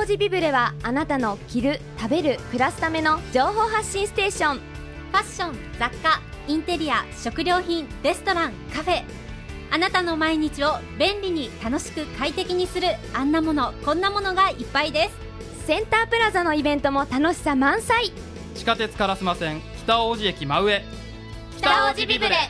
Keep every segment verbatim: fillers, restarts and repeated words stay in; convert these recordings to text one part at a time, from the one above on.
王子ビブレはあなたの着る、食べる、暮らすための情報発信ステーション。 ファッション、雑貨、インテリア、食料品、レストラン、カフェ、あなたの毎日を便利に楽しく快適にするあんなものこんなものがいっぱいです。 センタープラザのイベントも楽しさ満載。 地下鉄烏丸線北大路駅真上、 北王子ビブレ。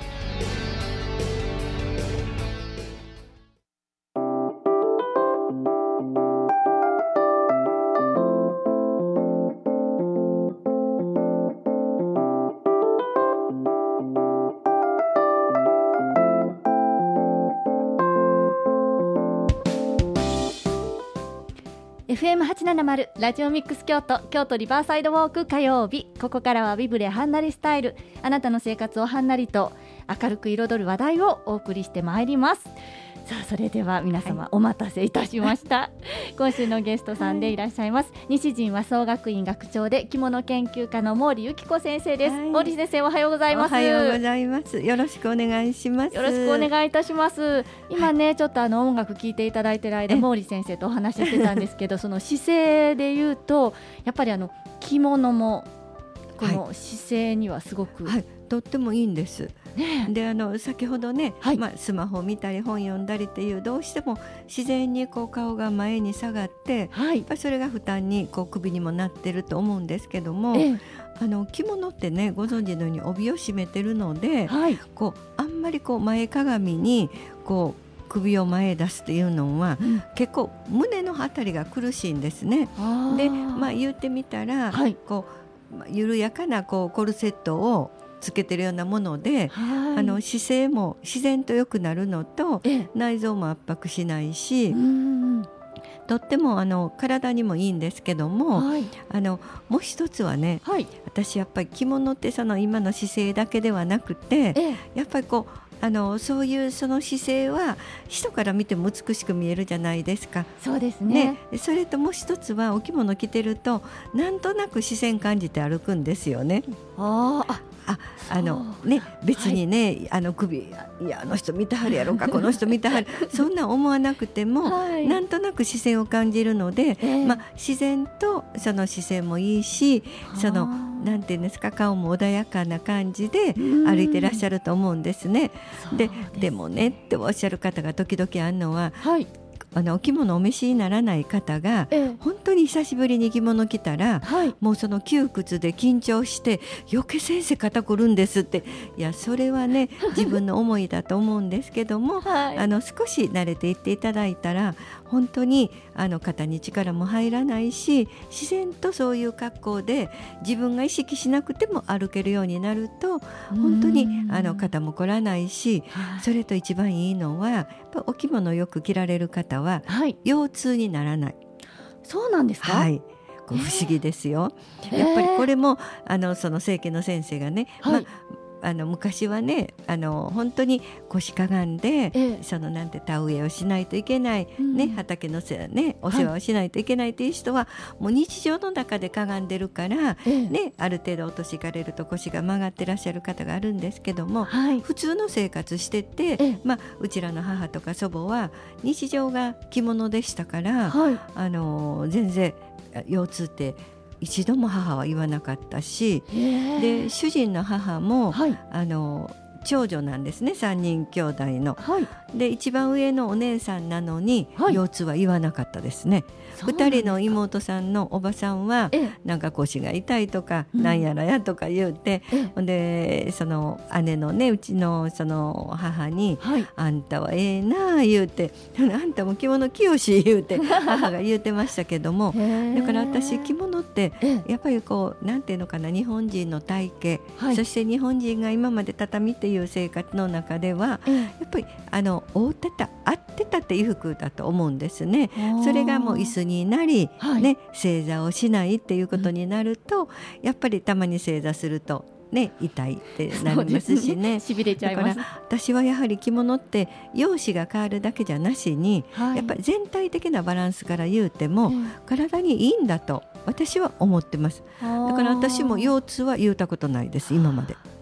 エフエムはちななまる ラジオミックス京都、京都リバーサイドウォーク火曜日。ここからはビブレはんなりスタイル、あなたの生活をはんなりと明るく彩る話題をお送りしてまいります。さあ、それでは皆様、はい、お待たせいたしました今週のゲストさんでいらっしゃいます、はい、西陣和装学院学長で着物研究家の毛利由紀子先生です、はい、毛利先生、おはようございます。 おはようございます。よろしくお願いします。 よろしくお願いいたします。今ね、はい、ちょっとあの音楽聴いていただいている間、毛利先生とお話ししてたんですけどその姿勢で言うとやっぱりあの着物もこの姿勢にはすごく、 はいはい、とってもいいんです、ね、であの先ほどね、はい、まあ、スマホを見たり本読んだりっていうどうしても自然にこう顔が前に下がって、はい、やっぱそれが負担にこう首にもなってると思うんですけども、ええ、あの着物ってね、ご存知のように帯を締めてるので、はい、こうあんまりこう前かがみにこう首を前へ出すっていうのは、うん、結構胸のあたりが苦しいんですね。で、まあ、言ってみたら、はい、こう緩やかなこうコルセットをつけてるようなもので、はい、あの姿勢も自然と良くなるのと内臓も圧迫しないし、うん、とってもあの体にもいいんですけども、はい、あのもう一つはね、はい、私やっぱり着物ってその今の姿勢だけではなくて、やっぱりこうあのそういうその姿勢は人から見ても美しく見えるじゃないですか。 そうです ね, ね。それともう一つはお着物着てるとなんとなく視線感じて歩くんですよね。ああああのね、別にね、はい、あの首いやあの人見てはるやろかこの人見てはるそんな思わなくても、はい、なんとなく視線を感じるので、えーまあ、自然とその視線もいいし、そのなんていうんですか、顔も穏やかな感じで歩いてらっしゃると思うんですね。で, で, でもねっておっしゃる方が時々あるのは、はい、あのお着物お召しにならない方が、ええ、本当に久しぶりに着物着たら、はい、もうその窮屈で緊張して余計先生肩こるんですって。いやそれはね自分の思いだと思うんですけども、はい、あの少し慣れていっていただいたら本当にあの肩に力も入らないし、自然とそういう格好で自分が意識しなくても歩けるようになると本当にあの肩もこらないし、それと一番いいのはやっぱお着物をよく着られる方は、はい、腰痛にならない。 そうなんですか。 はい、こう不思議ですよ。やっぱりこれもあのその整形の先生がね、はい、まああの昔はね、あの本当に腰かがんで、ええ、そのなんて田植えをしないといけない、うんね、畑のせ、ね、お世話をしないといけないという人は、はい、もう日常の中でかがんでるから、ええね、ある程度お年いかれると腰が曲がってらっしゃる方があるんですけども、はい、普通の生活してて、ええまあ、うちらの母とか祖母は日常が着物でしたから、はい、あの全然腰痛って一度も母は言わなかったし、で主人の母も、はい、あの長女なんですね、さんにん兄弟の、はい、で一番上のお姉さんなのに、はい、腰痛は言わなかったですね。ふたりの妹さんのおばさんはなんか腰が痛いとか、うん、なんやらやとか言うて、うん、でその姉のね、うちのその母に、はい、あんたはええな言うてあんたも着物着よし言うて母が言うてましたけどもだから私着物ってやっぱりこうなんていうのかな、日本人の体型、はい、そして日本人が今まで畳っていう生活の中では、やっぱりあの合ってた合ってたっていう服だと思うんですね。それがもう椅子になり、はいね、正座をしないっていうことになると、うん、やっぱりたまに正座するとね、痛いってなりますしね。 しびれちゃいます。 だから私はやはり着物って容姿が変わるだけじゃなしに、はい、やっぱり全体的なバランスから言うても、うん、体にいいんだと私は思ってます。だから私も腰痛は言うたことないです今まで。 す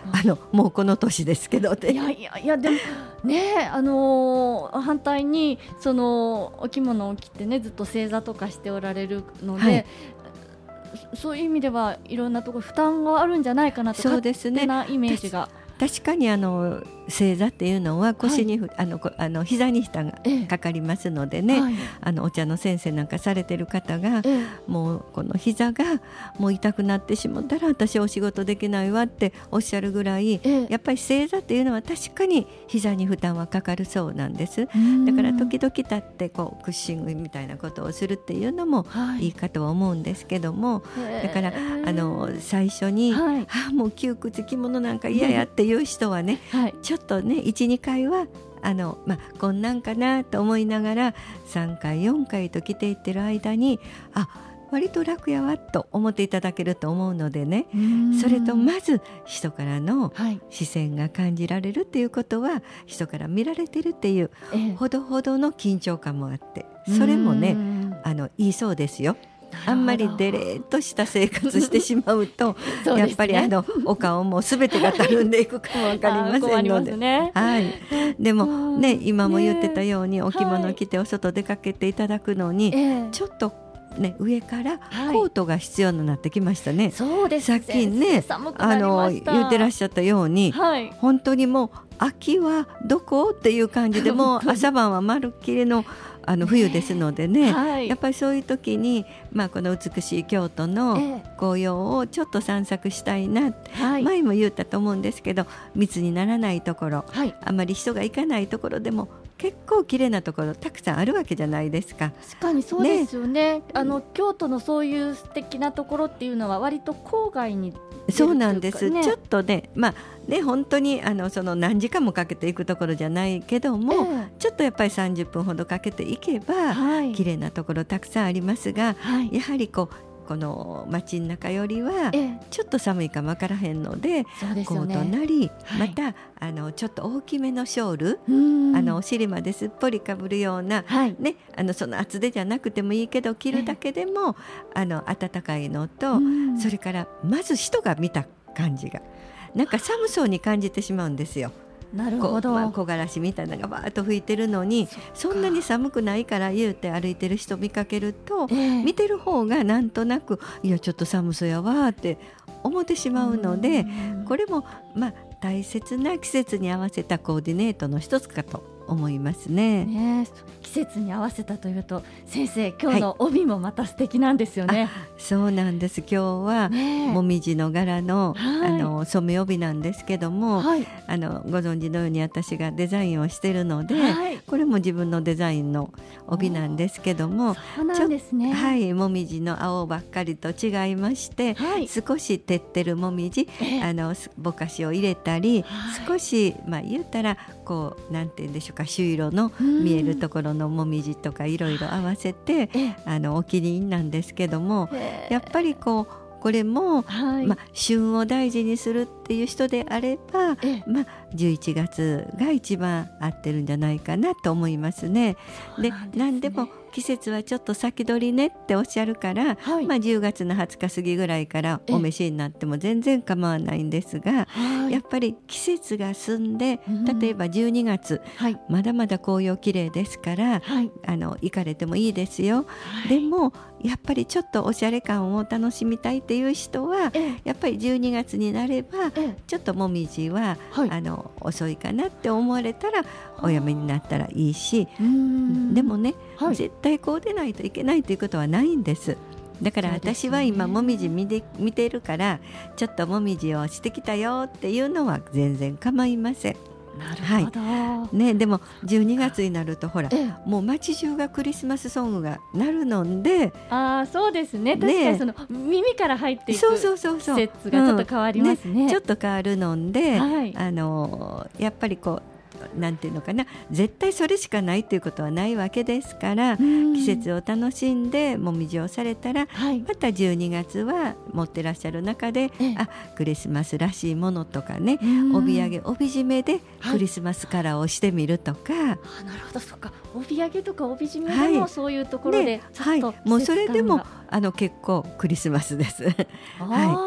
あのもうこの年ですけどって。 いやいやいやでもね、あのー、反対にそのお着物を着てねずっと正座とかしておられるので、はい、そういう意味ではいろんなところ負担があるんじゃないかなと、 そうですね、 勝手なイメージが。 確かにあの正座っていうのは腰に、はい、あのあの膝に負担がかかりますのでね、ええ、あのお茶の先生なんかされてる方が、ええ、もうこの膝がもう痛くなってしまったら私お仕事できないわっておっしゃるぐらい、ええ、やっぱり正座っていうのは確かに膝に負担はかかるそうなんです。だから時々立ってこうクッシングみたいなことをするっていうのもいいかとは思うんですけども、はい、だからあの最初に、はい、あもう窮屈着物なんか嫌やっていう人はね、はい、ちょっとね いちにかいはあの、まあ、こんなんかなと思いながらさんかいよんかいと着ていってる間にあ割と楽やわと思っていただけると思うのでね、それとまず人からの視線が感じられるっていうことは、はい、人から見られてるっていう、ええ、ほどほどの緊張感もあってそれもねあのいいそうですよ。あんまりデレーっとした生活してしまうとね、やっぱりあのお顔もすべてがたるんでいくかもわかりませんので、ね、はい、でもね今も言ってたように、ね、お着物着てお外出かけていただくのに、はい、ちょっとね、上からコートが必要になってきましたね、はい、そうです。さっきねあの言ってらっしゃったように、はい、本当にもう秋はどこっていう感じでもう朝晩はまるっきりのあの冬ですのでね、はい、やっぱりそういう時に、まあ、この美しい京都の紅葉をちょっと散策したいな、はい、前も言ったと思うんですけど密にならないところ、はい、あまり人が行かないところでも結構綺麗なところたくさんあるわけじゃないですか。 確かにそうですよ ね, ねあの京都のそういう素敵なところっていうのは割と郊外に出るというか、ね、 そうなんです。ちょっとね、まあね、本当にあのその何時間もかけていくところじゃないけども、えー、ちょっとやっぱりさんじゅっぷんほどかけていけば、はい、綺麗なところたくさんありますが、はい、やはりこうこの街の中よりはちょっと寒いかもわからへんので、ええ、コートなり、はい、またあのちょっと大きめのショール、あのお尻まですっぽりかぶるような、はいね、あのその厚手じゃなくてもいいけど着るだけでも、ええ、あの暖かいのと、それからまず人が見た感じがなんか寒そうに感じてしまうんですよ。 なるほど、 まあ、木枯らしみたいなのがバーッと吹いてるのに そ, そんなに寒くないから言うて歩いてる人見かけると、えー、見てる方がなんとなくいやちょっと寒そうやわって思ってしまうので、これもまあ大切な季節に合わせたコーディネートの一つかと思います ね, ね季節に合わせたというと先生今日の帯もまた素敵なんですよね、はい、 そうなんです。今日はもみじの柄 の,、はい、あの染め帯なんですけども、はい、あのご存知のように私がデザインをしているので、はい、これも自分のデザインの帯なんですけども、 そうなんですね、 はい、もみじの青ばっかりと違いまして、はい、少し照ってるもみじ、えー、あのぼかしを入れたり、はい、少し、まあ、言ったらこうなんて言うんでしょうか、朱色の見えるところのもみじとかいろいろ合わせて、あのお気に入りなんですけども、やっぱりこうこれも、はいまあ、旬を大事にするっていう人であれば、まあ、じゅういちがつが一番合ってるんじゃないかなと思いますね。で、なんでも季節はちょっと先取りねっておっしゃるから、はいまあ、じゅうがつのはつか過ぎぐらいからお召しになっても全然構わないんですが、やっぱり季節が進んで、例えばじゅうにがつ、はい、まだまだ紅葉綺麗ですから、はい、あの行かれてもいいですよ、はい、でもやっぱりちょっとおしゃれ感を楽しみたいっていう人は、やっぱりじゅうにがつになればちょっともみじは、はい、あの遅いかなって思われたらおやめになったらいいし、でもね、はい、絶対こうでないといけないということはないんです。だから私は今もみじ見て、見てるからちょっともみじをしてきたよっていうのは全然構いません。 なるほど、 はいね、でもじゅうにがつになるとほら、もう街中がクリスマスソングが鳴るので、 あそうですね、確かにその耳から入っていく季節がちょっと変わりますね、うん、ねちょっと変わるので、はい、あのやっぱりこうなんていうのかな、絶対それしかないということはないわけですから、季節を楽しんでもみじをされたら、はい、またじゅうにがつは持ってらっしゃる中で、あクリスマスらしいものとかね、帯揚げ帯締めでクリスマスカラーをしてみるとか、はい、あなるほど、そっか、帯揚げとか帯締めでもそういうところでちょっと、 はい、もうそれでもあの結構クリスマスです。 あ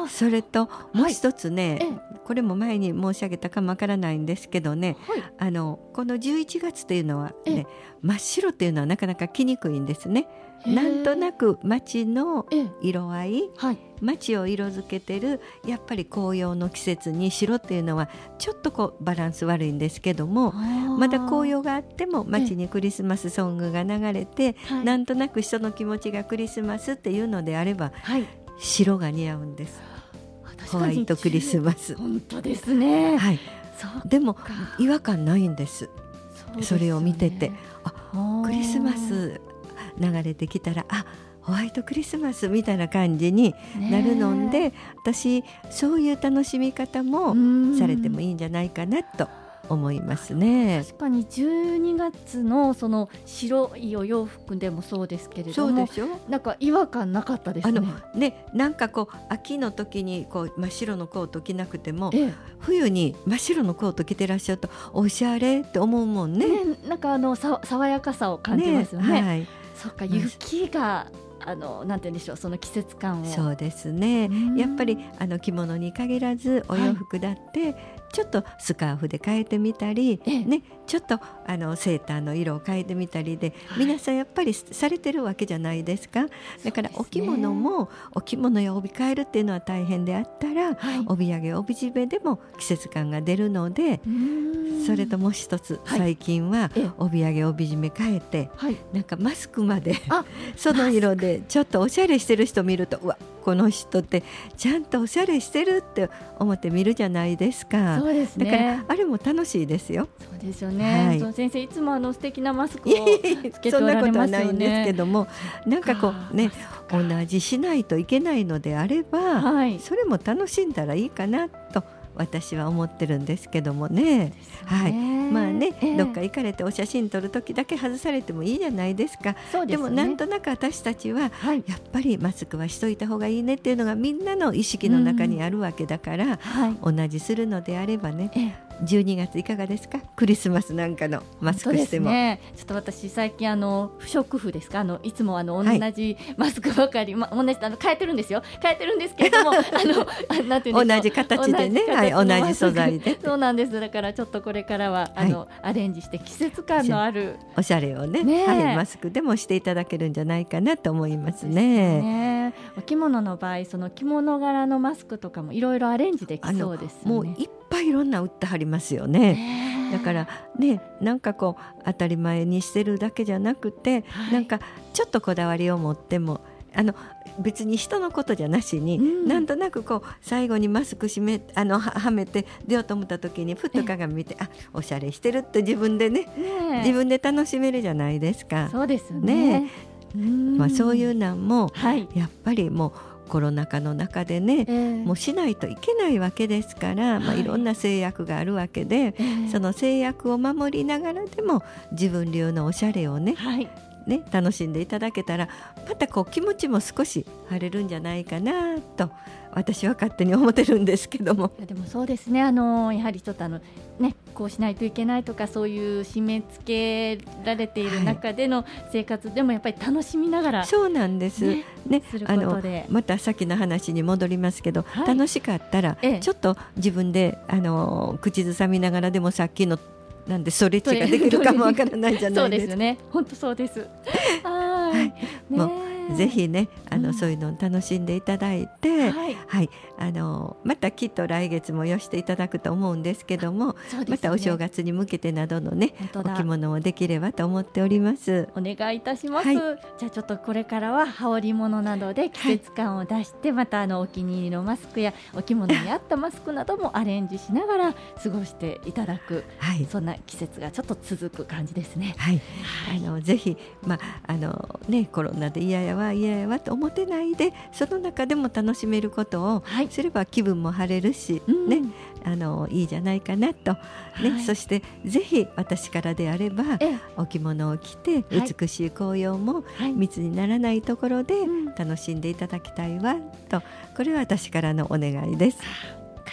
それともう一つね、 はい、 これも前に申し上げたかもわからないんですけどね、 はい、 あのこのじゅういちがつというのは、ね、真っ白というのはなかなか着にくいんですね。なんとなく街の色合い、はい、街を色づけてるやっぱり紅葉の季節に白っていうのはちょっとこうバランス悪いんですけども、まだ紅葉があっても街にクリスマスソングが流れて、はい、なんとなく人の気持ちがクリスマスっていうのであれば、はい、白が似合うんです。ホワイトクリスマス。 本当ですね、 はい、でも違和感ないんです。 そ, それを見てて、あ、クリスマス流れてきたら、あ、ホワイトクリスマスみたいな感じになるので、私そういう楽しみ方もされてもいいんじゃないかなと思いますね。 確かにじゅうにがつのその白いお洋服でもそうですけれども、 そうでしょ、 なんか違和感なかったですね。 あのね、なんかこう秋の時にこう真っ白のコート着なくても、ええ、冬に真っ白のコート着てらっしゃるとおしゃれって思うもん ね, ねなんかあのさ爽やかさを感じますよね。ね、はい、そっか、雪があのなんて言うんでしょう、その季節感を。 そうですね、やっぱりあの着物に限らずお洋服だって、はい、ちょっとスカーフで変えてみたり、ね、ちょっとあのセーターの色を変えてみたりで、はい、皆さんやっぱりされてるわけじゃないですか。だからお着物もお着物や帯変えるっていうのは大変であったら、はい、帯揚げ帯締めでも季節感が出るので、それともう一つ、はい、最近は帯揚げ帯締め変えて、はい、なんかマスクまでその色でちょっとおしゃれしてる人見ると、うわ、この人ってちゃんとおしゃれしてるって思って見るじゃないですか。 そうですね、 だからあれも楽しいですよ。 そうですよね、はい、その先生いつもあの素敵なマスクをつけておられますよね。そんなことはないんですけども、なんかこうね、同じしないといけないのであれば、はい、それも楽しんだらいいかなと私は思ってるんですけども ね, ね、はい、まあね、えー、どっか行かれてお写真撮るときだけ外されてもいいじゃないですか。そうですね、でもなんとなく私たちは、はい、やっぱりマスクはしといた方がいいねっていうのがみんなの意識の中にあるわけだから、はい、同じするのであればね、えーじゅうにがついかがですか、クリスマスなんかのマスクしても。 ね、ちょっと私最近あの不織布ですか、あのいつもあの同じマスクばかり、はい、ま、同じあの変えてるんですよ変えてるんですけれどもあのなんていうんでしょう、 同じ形でね、はい、同じ素材で。 そうなんです。だからちょっとこれからはあの、はい、アレンジして季節感のあるおしゃれを ね, ね、はい、マスクでもしていただけるんじゃないかなと思いますね。 ね、お着物の場合、その着物柄のマスクとかもいろいろアレンジできそうですよね。 もういっぱいいろんな売ってはりますよね。だからね、なんかこう当たり前にしてるだけじゃなくて、はい、なんかちょっとこだわりを持っても、あの別に人のことじゃなしに、うん、なんとなくこう最後にマスク締めあの は, はめて出ようと思った時にふっと鏡見て、あ、おしゃれしてるって自分で ね, ね自分で楽しめるじゃないですか。 そうですよね。 ね、うん、まあ、そういうのも、はい、やっぱりもうコロナ禍の中でね、えー、もうしないといけないわけですから、はい、まあ、いろんな制約があるわけで、えー、その制約を守りながらでも自分流のおしゃれをね、はいね、楽しんでいただけたら、またこう気持ちも少し晴れるんじゃないかなと私は勝手に思ってるんですけども。 でもそうですね、あのやはりちょっとあの、ね、こうしないといけないとか、そういう締め付けられている中での生活でもやっぱり楽しみながら、はい、 そうなんです、ねね、 することで、 あのまたさっきの話に戻りますけど、はい、楽しかったら、ええ、ちょっと自分であの口ずさみながらでもさっきのなんでストレッチができるかもわからないじゃないですか。そうですね、本当そうです。 はい、ね、もうぜひね、あの、うん、そういうのを楽しんでいただいて、はいはい、あのまたきっと来月もよしていただくと思うんですけども、ね、またお正月に向けてなどのねお着物をできればと思っております。 お願いいたします、はい、じゃあちょっとこれからは羽織物などで季節感を出して、はい、またあのお気に入りのマスクやお着物に合ったマスクなどもアレンジしながら過ごしていただく、はい、そんな季節がちょっと続く感じですね。 はい、はい、あのぜひ、まああのね、コロナで嫌やわ嫌やわと思ってないで、その中でも楽しめることをすれば気分も晴れるし、はい、ね、あのいいじゃないかなと、ね、はい、そしてぜひ私からであればお着物を着て美しい紅葉も密にならないところで楽しんでいただきたいわと、これは私からのお願いです。 わか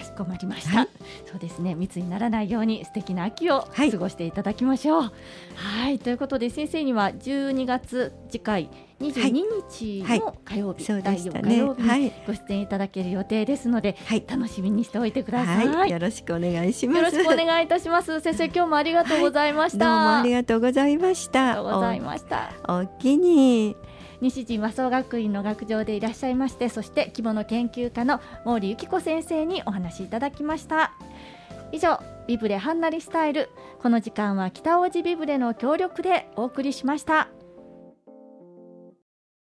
かしこまりました、 はい、 そうですね、密にならないように素敵な秋を過ごしていただきましょう。はい、はい、ということで先生にはじゅうにがつ次回にじゅうににちの火曜日、はい、だいよん火曜日にご出演いただける予定ですので、はい、楽しみにしておいてください、 はい、よろしくお願いします。 よろしくお願いいたします。先生、今日もありがとうございました、 はい、どうもありがとうございました。 ありがとうございました。 おおきに西陣和装学院の学長でいらっしゃいまして、そして着物研究家の毛利由紀子先生にお話しいただきました。以上、ビブレはんなりスタイル、この時間は北大路ビブレの協力でお送りしました。